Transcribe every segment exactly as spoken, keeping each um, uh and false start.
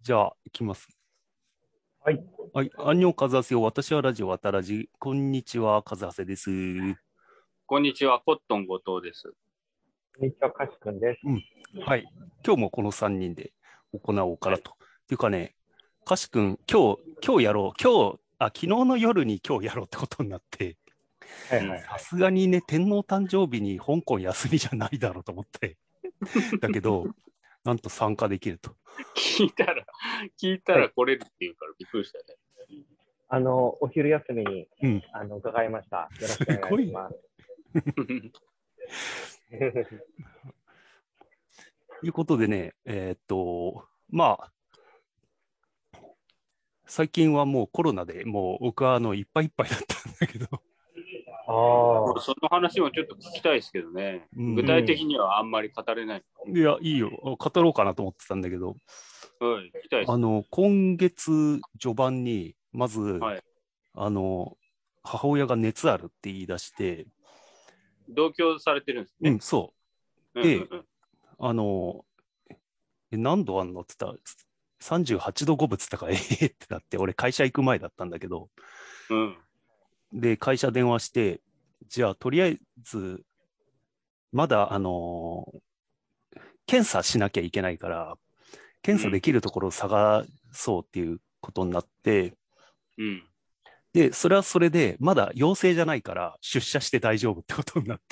じゃあ、行きます。 はい。 はい。アンニョンカズハセよ。私はラジオ渡ラジ。こんにちは、カズハセです。うん。 こんにちは、コットン後藤です。こんにちは、かしくんです。 はい。今日もこのさんにんで行おうかはい。 なと。っていうかね、カシ君、今日、今日やろう。今日、あ、昨日の夜に今日やろうってことになって、 はいうん。 はいはい。 さすがにね、天皇誕生日に香港休みじゃないだろうと思って。だけど、なんと参加できると。 聞いたら、聞いたはい。 ら来れるって言うからびっくりしたよね。 あの、お昼休みに、 うん。 あの、伺いました。よろしすくお願いごい。 します。 ということでね、えーっと、まあ、最近はもうコロナでもう僕はあのいっぱいいっぱいだったんだけど、 ああ、 その話もちょっと聞きたいですけどね。 う具ん。 体的にはあんまり語れない。 いや、いいよ。語ろうかなと思ってたんだけど、 はい、聞きたいです。 あの、今月序盤に、まず、 はい。 あの、母親が熱あるって言い出して、 同居されてるんですね。 うん、そう。 うんうんで、 うん。 あの、え何度あんのって言ったら、さんじゅうはちどごぶっつったから、ええってなって、俺会社行く前だったんだけど、 うん。 で、会社電話して、じゃあ、とりあえず、まだ、あの、検査しなきゃいけないから、検査でうん。 きるところを探そうっていうことになって、 うん。 で、それはそれで、まだ陽性じゃないから出社して大丈夫ってことになって、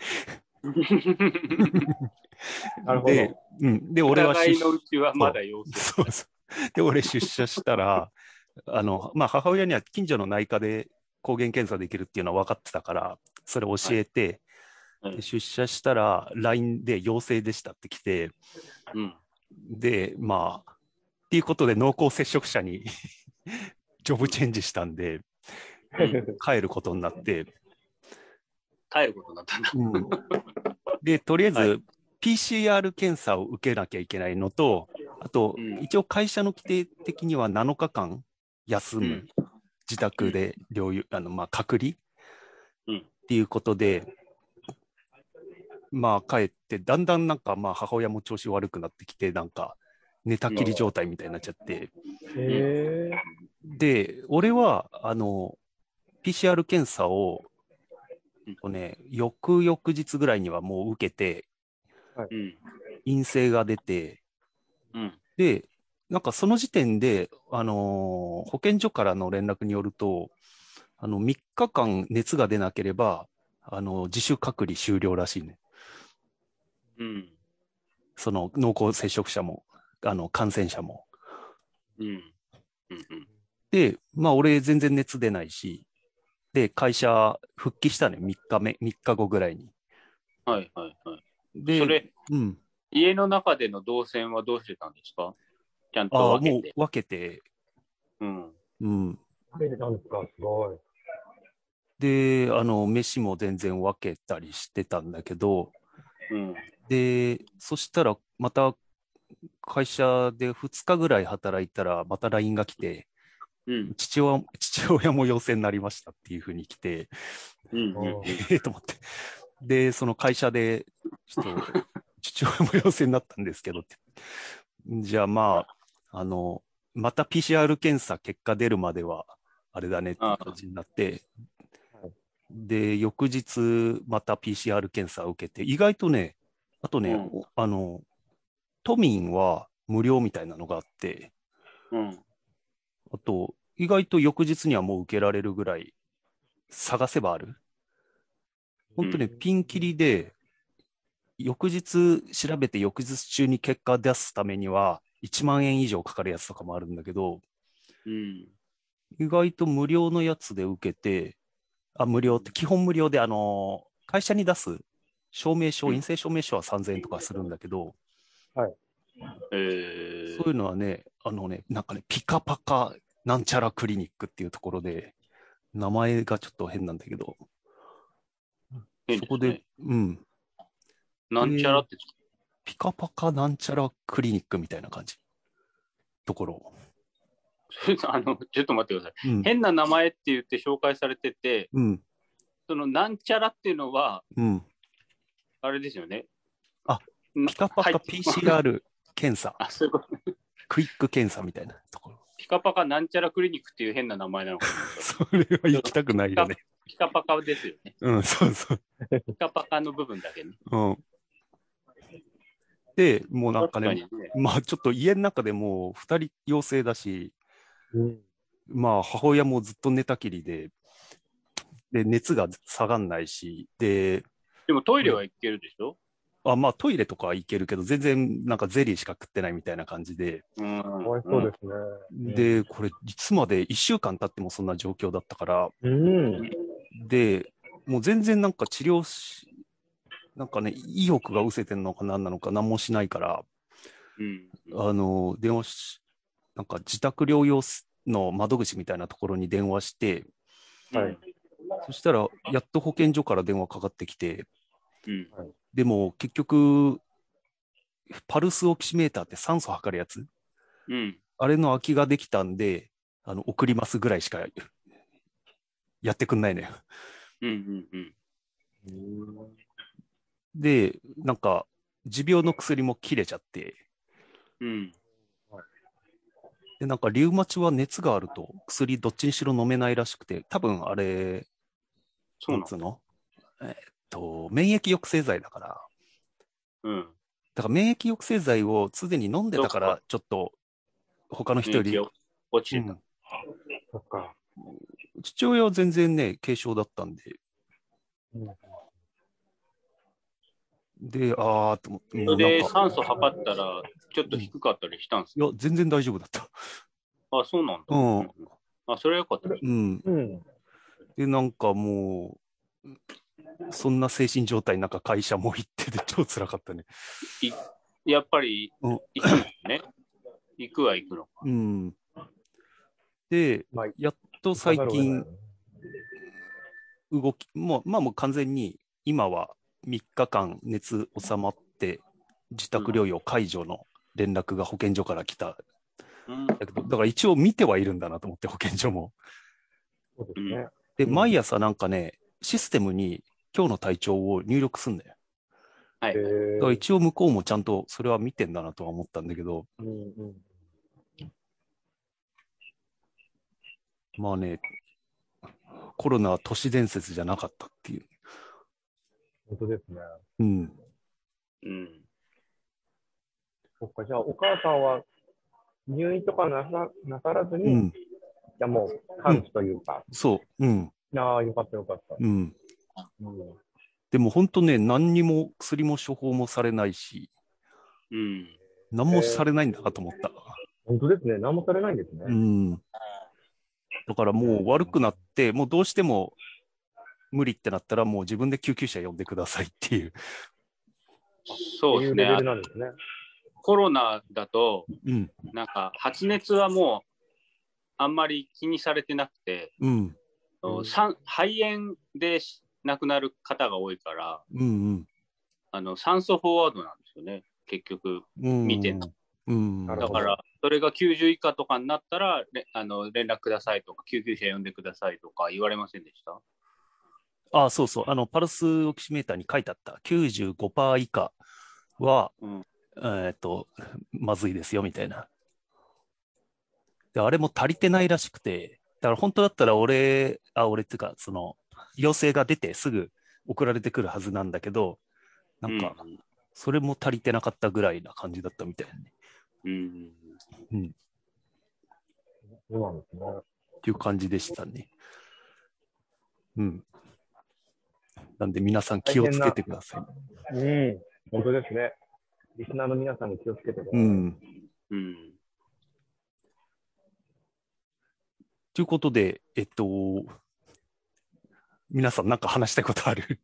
なるほで、 ど。 うん。で、俺は出社、 疑いのうちはまだそう、 陽性。 そうそう。で、俺出社したら、あの、まあ、母親には近所の内科で抗原検査できるっていうのは分かってたから、それ教はい。 えて、で、 はい。 出社したら ライン で陽性でしたって来て、 うん。 で、まあ、っていうことで濃厚接触者にジョブうん。 チェンジしたんで、 うん。 帰ることになって、 帰ることになったんだ。 うん。で、とりあえはい。 ず ピーシーアール 検査を受けなきゃいけないのと、あと、 うん。 一応会社の規定的にはなのかかん休む、 うん。 自うん。 宅で療養、あの、まあ、隔離っうん。 ていうことで、まあ、帰って、だんだんなんか、まあ、母親も調子悪くなってきて、なんか、寝たうん。 きり状態みたいになっちゃって、 へえ。 で、俺は、あの、ピーシーアール 検査を、 うん。 とね、翌々日ぐらいにはもう受けて、 はい。 うん。 陰性が出て、 うん。 で、なんかその時点で、あのー保健所からの連絡によると、あの、みっかかん熱が出なければ、あの、自主隔離終了らしいね。 うん。 その濃厚接触者も、あの、感染者も。 うん。うん。 で、まあ、俺全然熱出ないし、で、会社復帰したね、みっかめ、みっかごぐらいに。 はいはいはい。そで、 れ、 うん。 家の中での動線はどうしてたんですか？ちゃんとああ、 分けて。 もう分けて、 うん。 うん。 食べてたんですか？すごい。 で、あの、飯も全然分けたりしてたんだけど、 うん。 で、そしたら、また会社でふつかぐらい働いたら、また ライン が来て、 うん。 父親、父親も陽性になりましたっていうふうに来て、 うん。うん。 おー。 ええと思って。で、その会社で、ちょっと、父親も陽性になったんですけどって。じゃあまあ、あの、また ピーシーアール 検査結果出るまでは、あれだねっていうああ。 感じになって、 はい。 で、翌日また ピーシーアール 検査を受けて、意外とね、あとね、 うん。 あの、都民は無料みたいなのがあって、 うん。 あと、意外と翌日にはもう受けられるぐらい探せばある。本当ね、 うん。 ピンキリで、翌日調べて翌日中に結果出すためにはいちまん円以上かかるやつとかもあるんだけど、 うん。 意外と無料のやつで受けて、あ、無料って基本無料で、あの、会社に出す証明書、 うん。 陰性証明書はさんぜんえんとかするんだけど、 はい。 そういうえー、 のはね、あのね、なんかね、ピカパカなんちゃらクリニックっていうところで、名前がちょっと変なんだけど、そこで、 変ですね。 うん。 なんちゃらで、 って、 ピカパカなんちゃらクリニックみたいな感じ。ところ。 あの、ちょっと待ってください。 うん、 変な名前って言って紹介されてて、 うん、 そのなんちゃらっていうのは、 うん。 あれですよね。 あ、 なピカパカ入って、 ピーシーアール 検査。 あ、そういうこと。 クイック検査みたいなところ。 ピカパカなんちゃらクリニックっていう変な名前なのかな。 それは行きたくないよね。 ピカパカですよね。 うん、そうそう。 ピカパカの部分だけね。 うん。で、もうなんかね、 確かにねまあちょっと家の中でもうふたり陽性だし、 うん。 まあ母親もずっと寝たきりで、で、熱が下がんないし、で、 でもトイレは行けるでしょ。 あ、まあトイレとかは行けるけど、全然なんかゼリーしか食ってないみたいな感じで、 うん。 かわいそうですね。 で、これいつまでいっしゅうかん経ってもそんな状況だったから、 うん。 で、もう全然なんか治療し、なんかね、意欲が失せてんのか何なのか何もしないから、 うん。 あの、電話し、なんか自宅療養の窓口みたいなところに電話して、 はい。 そしたら、やっと保健所から電話かかってきて、 うん。 でも結局、パルスオキシメーターって酸素測るやつ、 うん。 あれの空きができたんで、あの、送りますぐらいしかやってくんないのよ。 うん。うん。うん。 で、なんか、持病の薬も切れちゃって、 うん。 で、なんか、リウマチは熱があると薬どっちにしろ飲めないらしくて、多分あれ、 そうなんなんつうのえーっと、免疫抑制剤だから、 うん。 だから免疫抑制剤をすでに飲んでたかそら、ちょっと他の人より、 免疫落ちてた。 うん、 そっか。 父親は全然ね、軽症だったんで、 うん。 で、あーと思って、もそうれでなんか、 酸素測ったら、ちょっと低かったりしたんですか。 いや、全然大丈夫だった。 あ、そうなんだ。 うんうん。あ、それはよかったです。 うん。 うん。 で、なんかもう、そんな精神状態の中、会社も行ってて、超辛かったね。 いやっぱりうん行くんですね。行くは行くのか。 うん。で、 まあ、 やっと最行かざるを近得ないよね動き、もう、まあもう完全に、今はみっかかん熱収まって、自宅療養解除の連絡が保健所から来た。 うん。 だけど、だから一応見てはいるんだなと思って、保健所も。 そうですね。 で、 うん毎朝なんかね、システムに今日の体調を入力すんだよ。 はい。 へだから一応向こうもちゃんとそれは見てんだなとは思ったんだけど、 うんうん。 まあね、コロナは都市伝説じゃなかったっていう。 本当ですね。 うん。 うん。 そっか、じゃあ、お母さんは入院とかなさなさらずに、 うん。 じゃあもう完治というか、 そう。うん。 ああ、よかったよかった。 うん。 うん。 でも本当ね、何にも薬も処方もされないし、 うん。 何もされないんだなと思った。 本当ですね。何もされないんですね。 うん。だからもう悪くなって、もうどうしても無理ってなったらもう自分で救急車呼んでくださいっていう。 そうですねっていうレベル。なんですね。 コロナだと、 うん。 なんか発熱はもうあんまり気にされてなくて、 うん。 うん酸肺炎で亡くなる方が多いから、 うん。 あの酸素フォワードなんですよね、結局。 うん。 見てんのうん。 なるほどだから、それがきゅうじゅう以下とかになったら、れあの連絡くださいとか、救急車呼んでくださいとか言われませんでしたあ、そうそう。あの、パルスオキシメーターに書いてあった。きゅうじゅうごパーセント以下は、 うんえーっと、まずいですよ、みたいな。で、あれも足りてないらしくて、だから本当だったら俺、あ、俺っていうか、その、陽性が出てすぐ送られてくるはずなんだけど、なんか、それも足りてなかったぐらいな感じだったみたいね。 うんうんうん。 そうなんですね。 っていう感じでしたね。うん。なんで皆さん気をつけてください。 うん。本当ですね。リスナーの皆さんも気をつけてください。 うん。 うんということで、えっと、皆さんなんか話したいことある？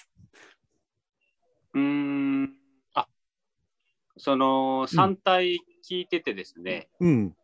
うーんあそのさん体聞いててですね、 うん。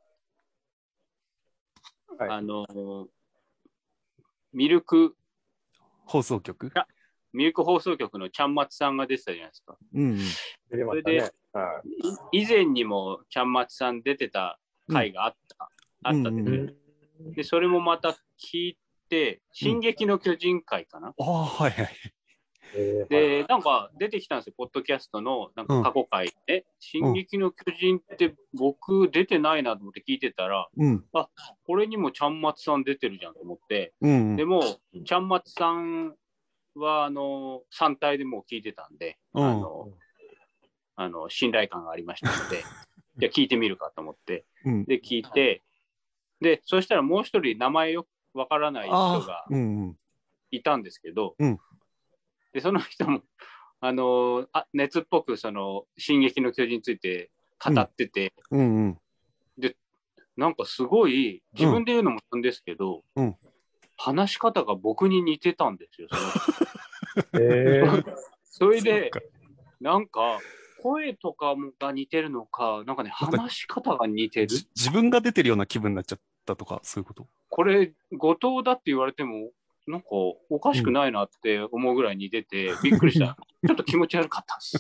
はいあのミルク放送局？ ミルク放送局のちゃんまつさんが出てたじゃないですか。 うん。 出てましたね。はい。 以前にもちゃんまつさん出てた回があった、あったんですよ、 うんでそれもまた聞いて、進撃の巨人会かな、 ああ、はいはい。 えーで、なんか出てきたんですよ、ポッドキャストのなんか過去回で、進撃の巨人って僕出てないなと思って聞いてたら、 うん。 あ、これにもちゃんまつさん出てるじゃんと思って、 うん。 でも、ちゃんまつさんは、あの、さん体でもう聞いてたんで、 うんあの、あの信頼感がありましたので、じゃあ聞いてみるかと思って、 うん。 で、聞いて、で、そしたらもう一人名前よくわからない人あがあ、うんうん。 いたんですけど、 うんで、その人も、あのあ熱っぽく、その、進撃の巨人について語ってて、 うんうん。 で、なんかすごい、自分で言うのもなんですけど、 うん話し方が僕に似てたんですよ、その人。 えー、 それでそっか、 なんか、声とかが似てるのか、なんかね、 なんか話し方が似てる。 じ自分が出てるような気分になっちゃったとか、そういうこと。 これ、後藤だって言われても、なんか、おかしくないなって思うぐらい似てて、びっくりした。ちょっと気持ち悪かったです。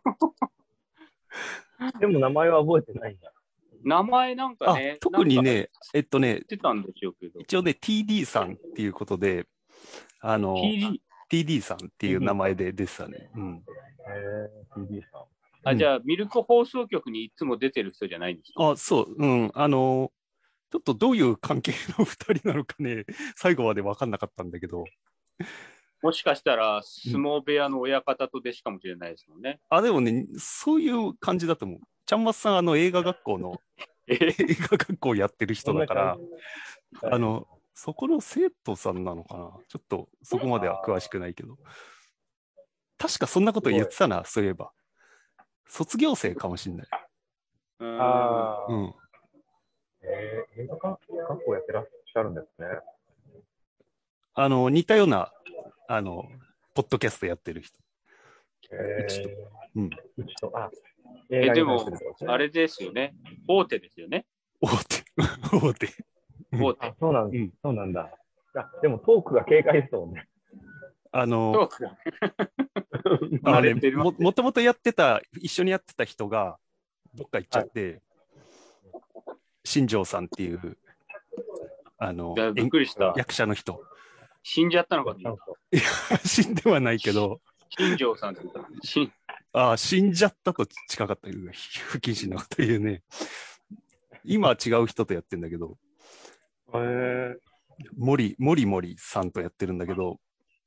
でも名前は覚えてないんだ。 名前なんかあ、 ね、 特になんかね、えっとね言っ、てたんですよけど。 一応ね、ティーディー さんっていうことで、あの、 ティーディー? ティーディー さんっていう名前で出てたね。うん。 えー、ティーディー さん。 あ、じゃあ、ミルク放送局にいつも出てる人じゃないんですか？ あ、そう、うん。あの、ちょっとどういう関係の二人なのかね、最後まで分かんなかったんだけど。 もしかしたら、相撲部屋の親方と弟子かもしれないですもんね。 あ、でもね、そういう感じだと思う。ちゃんまつさん、あの、映画学校の、 え映画学校やってる人だから、 そんな感じあの、そこの生徒さんなのかな、ちょっとそこまでは詳しくないけど。確かそんなこと言ってたな、そういえば。卒業生かもしんない。 うーんああ、 うん。 えー、映画学学校やってらっしゃるんですね。 あの、似たような、あの、ポッドキャストやってる人。 えうちと。 ー、 うん。 うちと、あ、 え、 映画に関でもするってことですね。 あれですよね。大手ですよね。 大手。大手。うん大手。 あ、そうなん、 うんそうなんだ。あ、でもトークが軽快ですもんね。 あの、 トークがあのね、 慣れてるも、もともとやってた、一緒にやってた人が、どっか行っちゃって、新庄さんっていう、あのいや、びっくりした。 役者の人。 死んじゃったのかと思った。 死んではないけど、 新庄さんって言った。新ああ、死んじゃったと近かった。不謹慎なこと言うね。今は違う人とやってんだけど、 えー、 森、森森さんとやってるんだけど、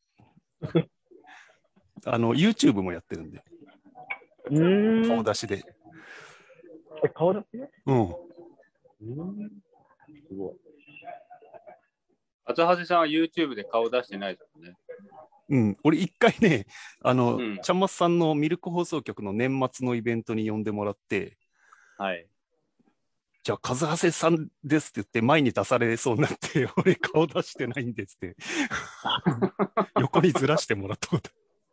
あの、YouTube もやってるんで、 うーん。 顔出しで。 え、顔出しね。 うん。 うーん。すごい。 厚橋さんは YouTube で顔出してないですもんね。 うん。俺一回ね、あの、 うんちゃんまつさんのミルク放送局の年末のイベントに呼んでもらって、 はい。 じゃあ、和橋さんですって言って前に出されそうになって、俺顔出してないんですって、横にずらしてもらったこと。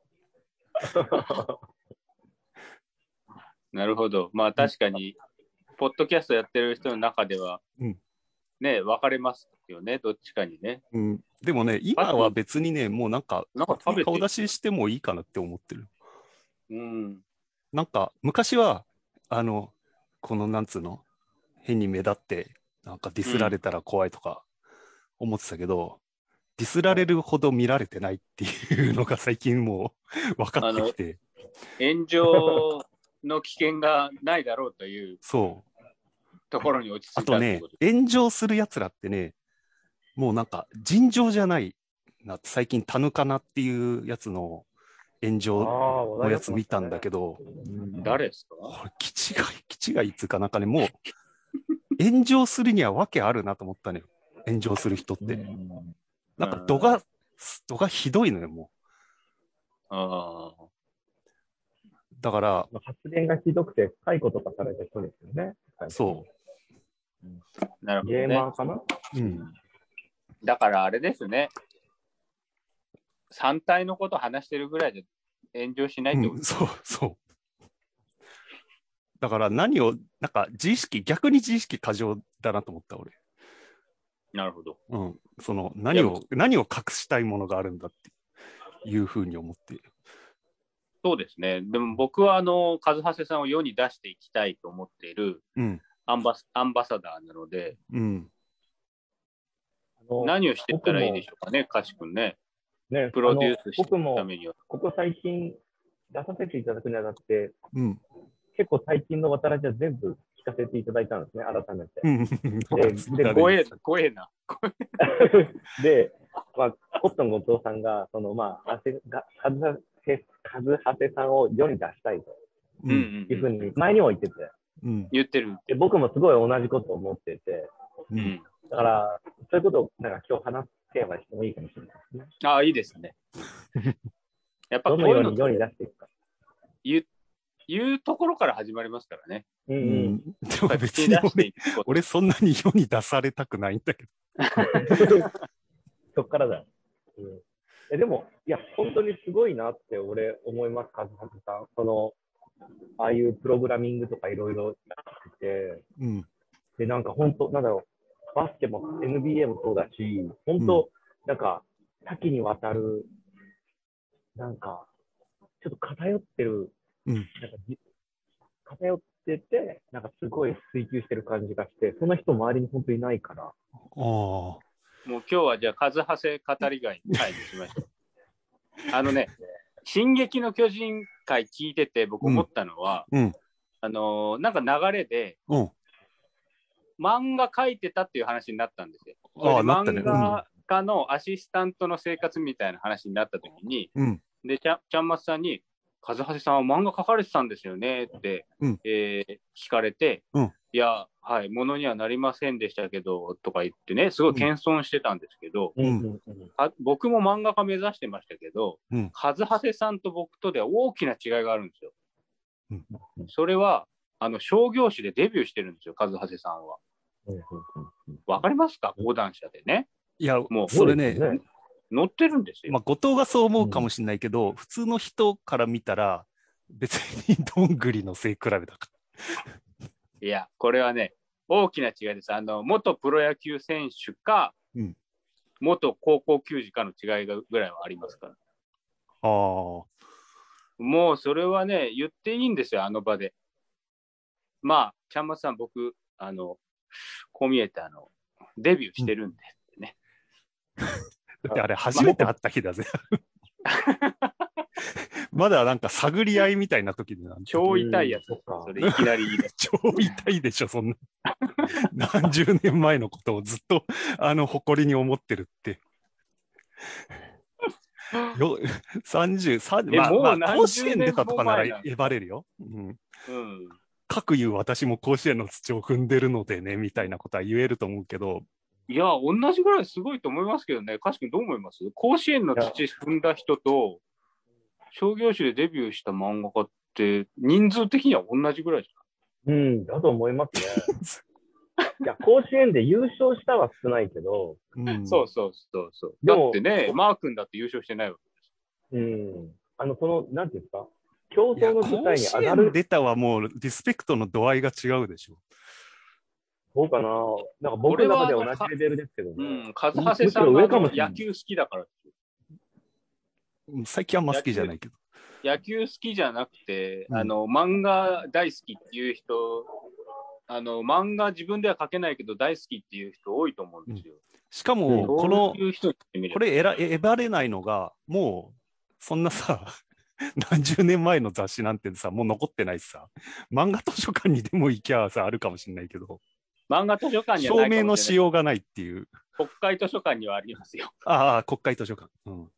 なるほど。まあ確かに、ポッドキャストやってる人の中では、 うんね、分かれますよね。どっちかにね。 うん。でもね、今は別にね、もうなんか、 なんか食べて顔出ししてもいいかなって思ってる。 うん。 なんか、昔は、あの、この、なんつうの、変に目立って、なんかディスられたら怖いとか思ってたけど、ディスられるほど見られてないっていうのが最近もう分かってきて、 炎上の危険がないだろうというそう。 ところに落ち着あとねいたってこと、 炎上する奴らってね、もうなんか尋常じゃないな、最近タヌカナっていうやつの炎上ああ、 のやつ見たんだけど、 誰ですか？ これ、気違い、気違いっつうかなんかね、もう、炎上するには訳あるなと思ったのよ。炎上する人って。なんか、度が、度がひどいのよ、もああ。 う。だから、 発言がひどくて、解雇とかされた人ですよね。 そなるほどゲーマね。 ーかな。 う。うん。 だからあれですね。三体のこと話してるぐらいで炎上しないってこと、 うん、そう、そう。だから何を、なんか自意識、逆に自意識過剰だなと思った、俺。 なるほど。 うん。その、何を、何を隠したいものがあるんだっていうふうに思っている。 そうですね。でも僕はあの、和橋さんを世に出していきたいと思っているうん。 アンバスアンバサダーなので、 うん。 何をしていったらいいでしょうかね、カシ君ね。 ね、 プロデュースしてい僕もくためには。 ここ最近出させていただくにあたって、 うん。 結構最近の渡らじは全部聞かせていただいたんですね、改めて。 うん。 で、で怖えな、怖えな。 で、まあ、コットン後藤さんが、その、まあ、カズハセさんを世に出したいとう。 うんんいうふうに前にも言ってて、 うん。 言ってる。 で僕もすごい同じことを思ってて、 う。 うんん。 だから、そういうことをなんか今日話すテーマにしてもいいかもしれないですね。 ああ、いいですね。やっぱこどのようういうのに世に出していくか。 言う、言うところから始まりますからね。 うんう。 うんん。でも別口に出してに俺いくこと。 俺そんなに世に出されたくないんだけど。 そっからだ。うんえでも、いや、本当にすごいなって俺思います、カズハセさん。その、ああいうプログラミングとかいろいろやってて、 うん。 で、なんか本当、なんだろう、バスケも エヌビーエー もそうだし、本当、なんか、多岐にわたる、なんか、ちょっと偏ってる、 うん。 なんかじ偏ってて、なんかすごい追求してる感じがして、そんな人周りに本当にいないから。 ああ。 もう今日はじゃあ、カズハセ語り会に会にしましょう。あのね、進撃の巨人会聞いてて僕思ったのは、 うん。 あのーなんか流れでうん。 漫画描いてたっていう話になったんですよ。 ああ、なったね。 漫画家のアシスタントの生活みたいな話になった時に、 うん。 で、ちゃちゃんまつさんに、カズハセさんは漫画描かれてたんですよねって、 うんえー聞かれて、 うんいや、はい、ものにはなりませんでしたけど、とか言ってね、すごい謙遜してたんですけど、 うんうんうんあ僕も漫画家目指してましたけど、 うんカズハセさんと僕とでは大きな違いがあるんですよ。 うんそれは、あの、商業誌でデビューしてるんですよ、カズハセさんは。 うんうんわかりますか講談社でね。 いや、 もうそれね、 そうですね載ってるんですよ。 まあ、後藤がそう思うかもしれないけど、普通の人から見たら、別にどんぐりの背比べだかいや、これはね、大きな違いです。あの、元プロ野球選手か、 うん元高校球児かの違いがぐらいはありますから。 ら。ああ。 もうそれはね、言っていいんですよ、あの場で。まあ、ちゃんまつさん、僕、あの、こう見えて、あの、デビューしてるんでってね。 だってあれ初めて会った日だぜ。まだなんか探り合いみたいな時でなんて超痛いやつそっかそれいきなり言い出す。 超痛いでしょ、そんな。何十年前のことをずっと、あの、誇りに思ってるって。よ、さんじゅう、さんえまあ、まあ、 もう何甲子園出たとかなら十年も前なんだえばれるよ。うん。 うん。 かくいう私も甲子園の土を踏んでるのでね、みたいなことは言えると思うけど、 いや、同じぐらいすごいと思いますけどね。かしくんどう思います甲子園の土踏んだ人と、商業誌でデビューした漫画家って、人数的には同じぐらいじうん、だと思いますね。いや、甲子園で優勝したは少ないけど、 うんゃん。そうそうそうそう。 でもだってね、マー君だって優勝してないわけです。 うん、あの、その、なんていうんですか、競いや、 争の舞甲台に子園上がる、 出たはもう、リスペクトの度合いが違うでしょ。 そうかな、なんか僕の中では同じレベルですけどうね。 ん、カズハセさんむしろが上かもしれない野球好きだからですよ。 うん最近あんま好きじゃないけど。 野球好きじゃなくて、 うんあの、漫画大好きっていう人、あの、漫画自分では描けないけど大好きっていう人多いと思うんですよ。 しかも、 そうこの、 いう人にしてみればこれ選選ばれないのが、もう、そんなさ、何十年前の雑誌なんてさ、もう残ってないしさ、漫画図書館にでも行きゃさ、あるかもしれないけど、 漫画図書館にはな証明のいかもしれない。 しようがないっていう。 国会図書館にはありますよ。 ああ、国会図書館。うん。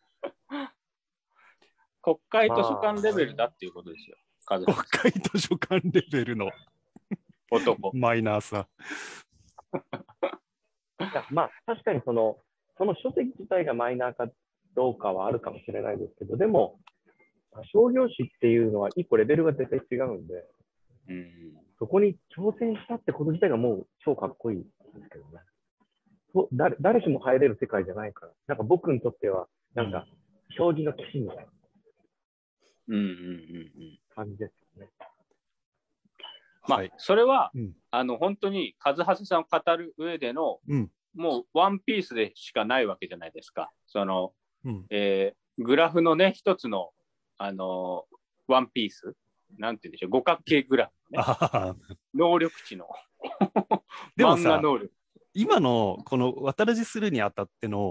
国会図書館レベルだっていうことですよ。カズ国ハ会図書館レベルの男。 マイナーさ。 いやまあ、確かにその、その書籍自体がマイナーかどうかはあるかもしれないですけど、でも、商業誌っていうのは一個レベルが絶対違うんで、 うん。 そこに挑戦したってこと自体がもう超かっこいいですけどね。そう誰誰しも入れる世界じゃないから。なんか僕にとっては、なんか、将棋の棋士みたいなうんうんうんうん。 感じですよね。 まあ、 はいそれは、 うんあの、本当に、カズハセさんを語る上での、 うん。 もう、ワンピースでしかないわけじゃないですか。その、 うん。 えーグラフのね、一つの、あのーワンピースなんて言うんでしょう、五角形グラフ、ね、 ああ、 能力値の。 でもさ漫画能力。 今のこの渡らじするにあたっての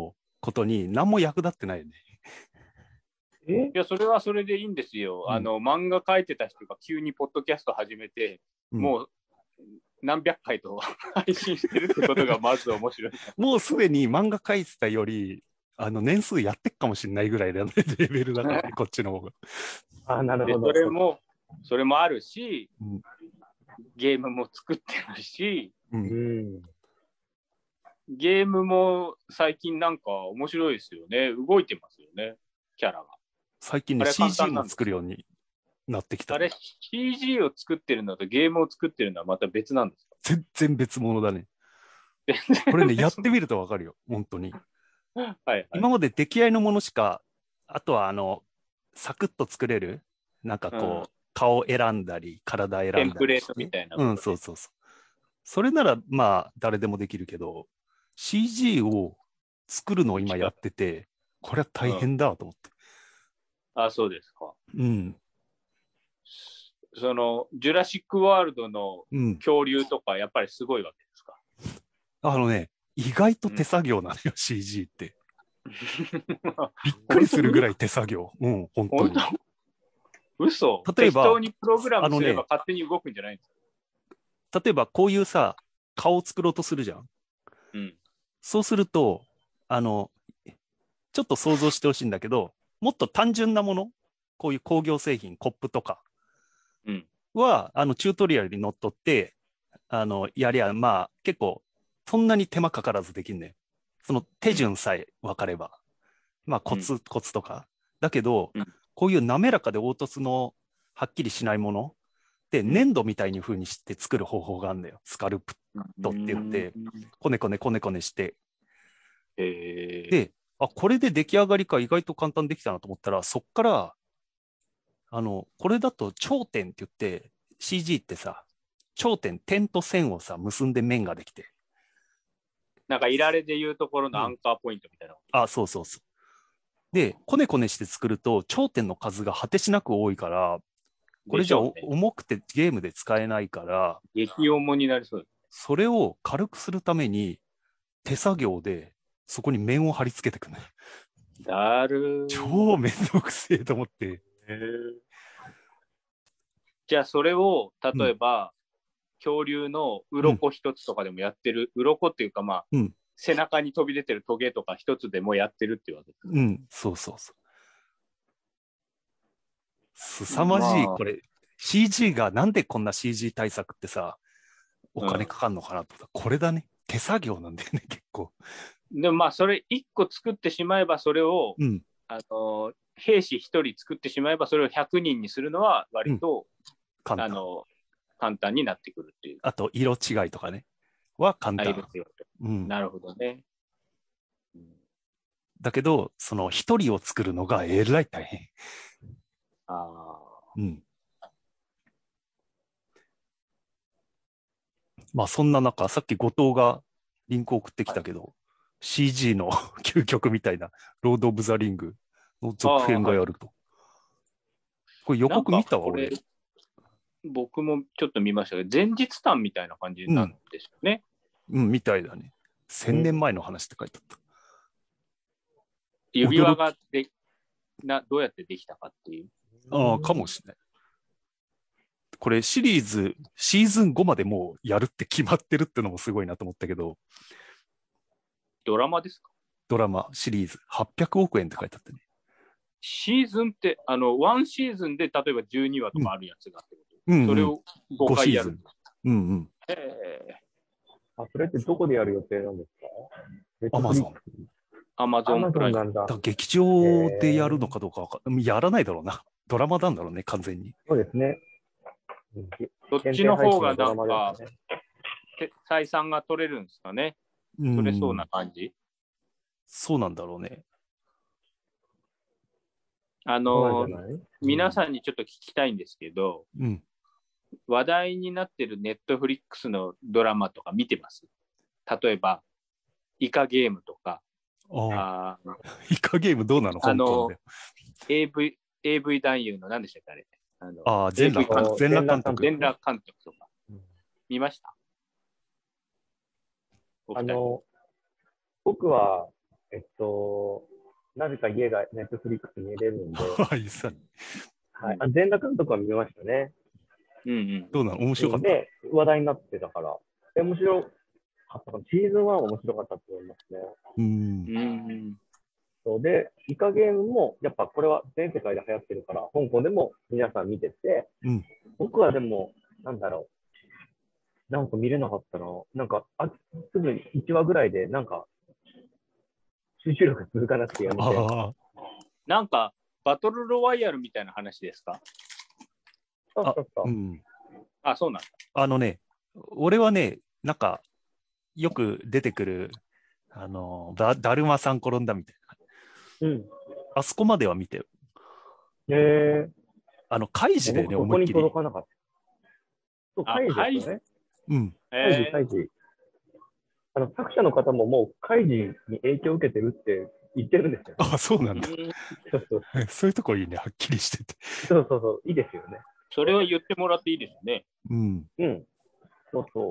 ことに何も役立ってないよね。 えいや、それはそれでいいんですよ。 うんあの、漫画描いてた人が急にポッドキャスト始めて、 うんもう何百回と配信してるってことがまず面白い。 もうすでに漫画描いてたより、あの、年数やってっかもしれないぐらいのレベルだからね、こっちの方が。 あ、なるで、 ほど。 それも、それもあるし、 うんゲームも作ってるし、 う。 うんん。 ゲームも最近なんか面白いですよね。動いてますよね、キャラが。 最近ね、 あれ簡単シージー もなんです作るようになってきたね、 あれ、シージー を作ってるのとゲームを作ってるのはまた別なんですか？ 全然別物だね。 全これね、やってみるとわかるよ、本当に。 はいはい。 今まで出来合いのものしか、あとはあの、サクッと作れる、なんかこう、 うん顔選んだり、体選んだりして。 テンプレートみたいなうん、そうそうそう。それなら、まあ、誰でもできるけど、シージー を作るのを今やってて、これは大変だと思って。 あ、そうですか。 うん。 その、ジュラシック・ワールドのうん。 恐竜とか、やっぱりすごいわけですか？ あのね、意外と手作業なのよ、シージー って。びっくりするぐらい手作業。うん、本当本に。 当嘘例えば適当にプログラムすれあのねば勝手に動くんじゃないんですか？ 例えば、こういうさ、顔を作ろうとするじゃん。 うん。 そうすると、あの、ちょっと想像してほしいんだけど、もっと単純なもの、こういう工業製品、コップとかうん。 は、あの、チュートリアルにのっとって、あの、やりゃ、まあ、結構、そんなに手間かからずできんね。その手順さえ分かれば。まあ、コツ、コツとか。だけど、 うんこういう滑らかで凹凸のはっきりしないもので、 ん粘土みたいに風にして作る方法があるんだよ。スカルプトって言って、こねこねこねこねして。 へーで、あ、これで出来上がりか意外と簡単できたなと思ったら、そっから、あの、これだと頂点って言って、シージー ってさ、頂点、点と線をさ、結んで面ができて。 なんか、いられで言うところのアンカーポイントみたいな。 あ、そうそうそう。で、こねこねして作ると、頂点の数が果てしなく多いから、これじゃおでしょうね重くてゲームで使えないから、 激重になりそうです。 それを軽くするために、手作業で、そこに面を貼り付けてくね。 だるー。 超めんどくせえと思って。 へーじゃあ、それを、例えば、恐竜の鱗一つとかでもやってる、鱗っていうか、まあ、 うん背中に飛び出てるトゲとか一つでもやってるっていうわけです。 うん、そうそうそう。凄まじい、 まあこれ、シージー がなんでこんな シージー 対策ってさ、お金かかんのかなと思ったら、これだね。手作業なんだよね、結構。 でもまあ、それ一個作ってしまえば、それを、 うん、 あの、兵士一人作ってしまえば、それをひゃくにんにするのは割と、 簡単。 あの、簡単になってくるっていう。 あと、色違いとかね。は簡単。 あいですよ。 うん。 なるほどね。 だけど、その一人を作るのがえらい大変。 あうん。まあそんな中、さっき後藤がリンク送ってきたけど、シージー の究極みたいな、ロード・オブ・ザ・リングの続編がやると。これ予告見たわ、俺。 僕もちょっと見ましたけど、前日譚みたいな感じなんですよね。 うん、みたいだね。千年前の話って書いてあった。 指輪がでなどうやってできたかっていう。 ああ、かもしれない。これシリーズ、シーズンごまでもうやるって決まってるってのもすごいなと思ったけど、 ドラマですか？ ドラマ、シリーズ、はっぴゃくおくえんって書いてあったね。 シーズンって、あの、ワンシーズンで例えばじゅうにわとかあるやつがってこと、 うんうん、 それをごかいやる。 うんうん。 へえ。 あ、それってどこでやる予定なんですか？ アマゾン。 アマゾアマンプライム。 ゾンなんだ。 だから劇場でやるのかどうかわかんない。やらないだろうな。ドラマなんだろうね、完全に。 そうですね。うんどっちの方がなん限定配信のドラマかですね、 て採算が取れるんですかね。 うん取れそうな感じ。 そうなんだろうね。 あのそうなんじゃない？ 皆さんにちょっと聞きたいんですけど、 うん。 話題になってるネットフリックスのドラマとか見てます？例えば、イカゲームとか、 ああ。 あイカゲームどうなのあの香港で。 エーブイ、エーブイ 男優の何でしたっけあれ。あのああ、全裸エーブイ 監督全裸監督。 全裸監督とかうん。 見ました？お二人あの、僕は、 えっと、なぜか家がネットフリックスに見れるんで、 はい、さ、 はい。あ、全裸監督は見ましたね。 うんうん。 どうなの？面白かった。 で、話題になってたから、え面白かったかな。シーズンワンは面白かったと思いますね。 うんう。ん。 そうで、イカゲームも、やっぱこれは全世界で流行ってるから、香港でも皆さん見てて、 うん。 僕はでも、なんだろう。なんか見れなかったな。なんか、あすぐいちわぐらいで、なんか、集中力続かなくてやめて。 あなんか、バトルロワイヤルみたいな話ですか？ そうそうそあ、 う。 うん。 あ、そうなんだ。 あのね、俺はね、なんか、よく出てくる、あの、だ、だるまさん転んだみたいな。 うん。 あそこまでは見てよ。 へえあの、カイー。 ジでね、 僕そこに思いっきり。 届かなかった。そう、 あカイジですよね。 うん。 カイジ、 えカイジ。あの、作者の方ももう、カイジに影響を受けてるって言ってるんですよ。 あ、そうなんだ。 ー、うんそうそうそういうとこいいね、はっきりしてて。 そうそうそう、いいですよね。 それは言ってもらっていいですね。 うん。 うん。そうそう。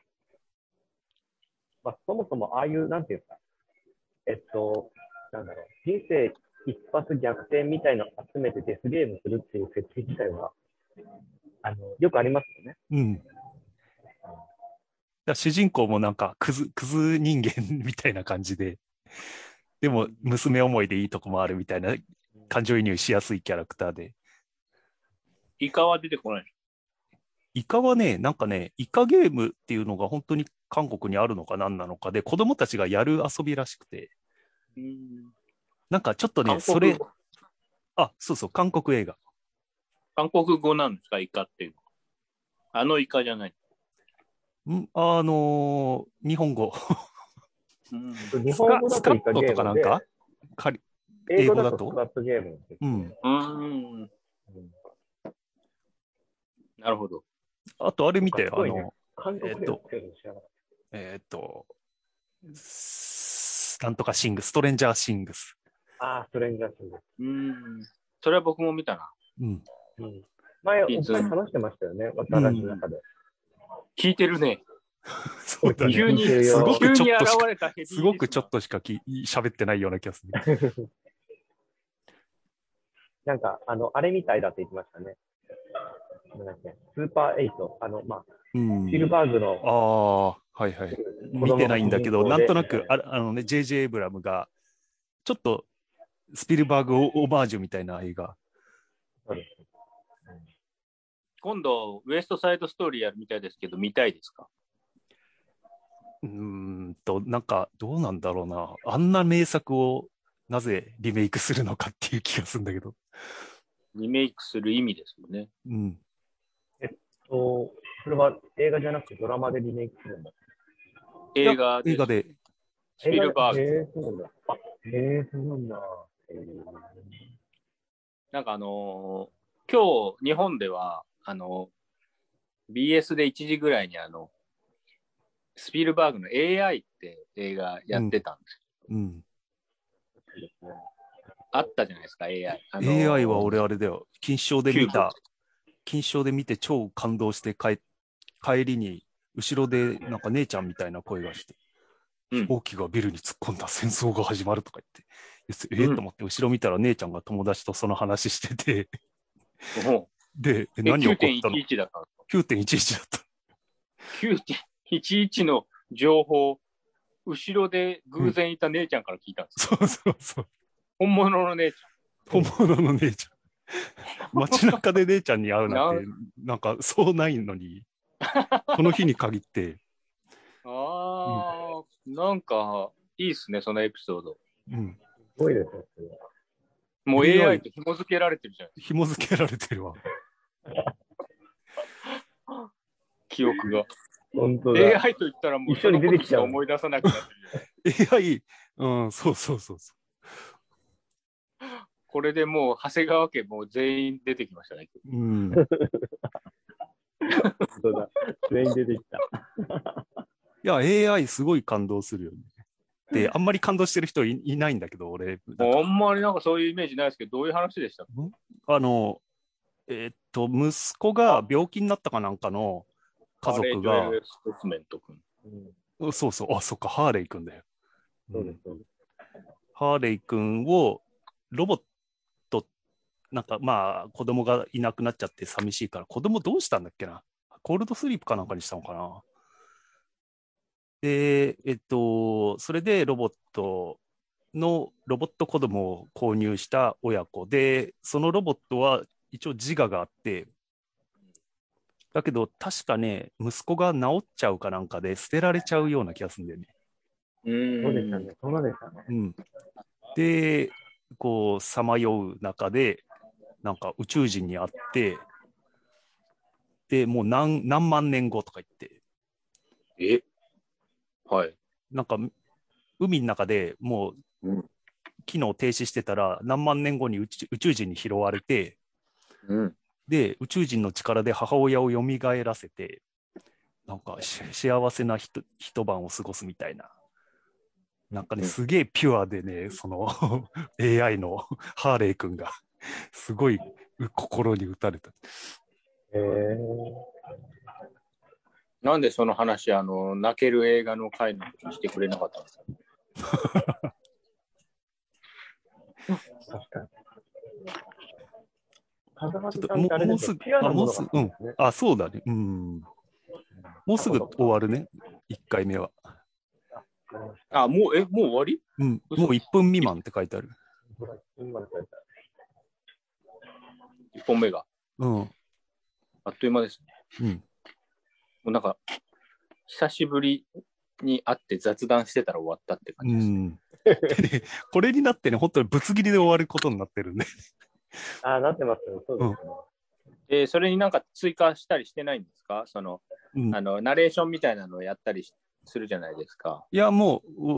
まあ、そもそもああいう、なんていうんですか。えっと、なんだろう。人生一発逆転みたいなのを集めてデスゲームするっていう設定自体は、あの、よくありますよね。 うん。だから主人公もなんか、クズ、クズ人間みたいな感じで、でも、娘思いでいいとこもあるみたいな、感情移入しやすいキャラクターで。 イカは出てこない。 イカはね、なんかね、イカゲームっていうのが本当に韓国にあるのか何なのかで、子供たちがやる遊びらしくて、 うん。 なんかちょっとね、 韓それ国、、 あ、そうそう、韓国映画。 韓国語なんですか、イカっていうのは。あのイカじゃない。 んあのー日本語。 うん。 日スカ、 本語だとイスカットカゲームで、 とかなんかかり英語英語だとだとスクワットゲームなんですよ。 うん。 うん。 うんなるほど。 あと、あれ見て、あすごいねの、 韓国でやってるの知らなかっえーっと、すなんとかシングス、ストレンジャーシングス。 た。ああ、ストレンジャーシングス。 うん。それは僕も見たな。 うん。 うん。前、お二いつ人話してましたよね、私の中で。 聞いてるね。 そうだね。 急に、 聞いてるよすごく急にちょっとしか現れたヘビーリスナーすごくちょっとしかき喋ってないような気がする。 なんか、あの、あれみたいだって言ってましたね。なんだっけスーパーエイト。あの、まあ、 うんスピルバーグのああ、はいはい。見てないんだけど、 子供のなんとなく主人公で、 ああのね、ジェイジェイ エイブラムが、ちょっとスピルバーグオオマージュみたいな映画。 そうです。 今度、ウエストサイドストーリーやるみたいですけど、見たいですか？ うーんと、なんか、どうなんだろうな。あんな名作をなぜリメイクするのかっていう気がするんだけど。 リメイクする意味ですもんね。 うん。 そう、それは映画じゃなくてドラマでリメイクするんだ。 映画で映画で。 スピルバーグ。 へえ、そうなんだ。あ、へえ、そうなんだ。へーなんかあのー今日、日本では、あの、ビーエス でいちじぐらいにあの、スピルバーグの エーアイ って映画やってたんですよ。 うん。 あったじゃないですか、エーアイ。あのーエーアイ は俺あれだよ。金賞で見キューた、金賞で見て超感動して帰帰りに、後ろでなんか姉ちゃんみたいな声がして、 うん飛行機がビルに突っ込んだ戦争が始まるとか言って、えうんーと思って後ろ見たら姉ちゃんが友達とその話してて、 もで、えうえ何起こったのきゅうてんいちいち だから。 きゅうてんいちいち だった。 きゅうてんいちいち の情報、後ろで偶然いた姉ちゃんから聞いたんですよ。 そうそうそう。 本物の姉ち本物の姉ちゃん。街中で姉ちゃんに会うなんて、なんかそうないのに、この日に限って、 ゃん。ああ、なんか、いいっすね、そのエピソード。 うん、 すごいですね。それはもうエーアイエーアイ と紐付けられてるじゃないです紐付けられてるわ。 か、記憶が。 本当だ。 エーアイ と言ったらもう一緒に出てきちゃうそのことしか思い出さなくなってるじゃない。 エーアイ、うん、そうそうそうそこれでもう長谷川家もう全員出てきましたね。 う。うん。 本当だ。全員出てきた。 いや、エーアイ すごい感動するよね。で、あんまり感動してる人い、いないんだけど、俺。なんかあんまりなんかそういうイメージないですけど、どういう話でした？ あの、えーっと、息子が病気になったかなんかの家族ハーレー・ジョがエル・スポーツメント君。 うん、 そうそう、あ、そっか、ハーレー行くんだよ。 そうです、そうです。 ハーレイ君をロボット、なんかまあ子供がいなくなっちゃって寂しいから、子供どうしたんだっけな。コールドスリープかなんかにしたのかな。で、えっと、それでロボットの、ロボット子供を購入した親子で、そのロボットは一応自我があって、だけど確かね、息子が治っちゃうかなんかで捨てられちゃうような気がするんだよね。 うーん。 そうでしたね。そうでしたね。 うん。で、こう、さまよう中で、なんか宇宙人に会って、で、もう何、何万年後とか言って、 えはい。 なんか海の中でもううん。 機能停止してたら、何万年後に宇宙宇宙人に拾われて、 うん。 で、宇宙人の力で母親を蘇らせて、なんかし幸せなひと一晩を過ごすみたいな。なんかね、 うんすげえピュアでね、そのエーアイ のハーレイ君が、すごい心に打たれた。 えー、 なんでその話、あの、泣ける映画の回の時にしてくれなかったんですか？ 確かに。風間ちょっとさんってあれもうもうすぐ、 ですね、ピュアあ、 なものもうすぐ、うん。 が好きですね。 あ、そうだね。うん。もうすぐ終わるね。いっかいめは。 わかりましたあ、もう、え、もう終わり？ うん。 嘘もういっぷん未満って書いてある。 ほら今の書いてあるいっぽんめが。 うん。 あっという間ですね。 うん。 もうなんか、久しぶりに会って雑談してたら終わったって感うじですね。 ん。でね、これになってね、本当にぶつ切りで終わることになってるんで。 あ、なってますね。そうですね。 えーそれになんか追加したりしてないんですか？その、 うん。 あの、ナレーションみたいなのをやったりしするじゃないですか。 いや、もう、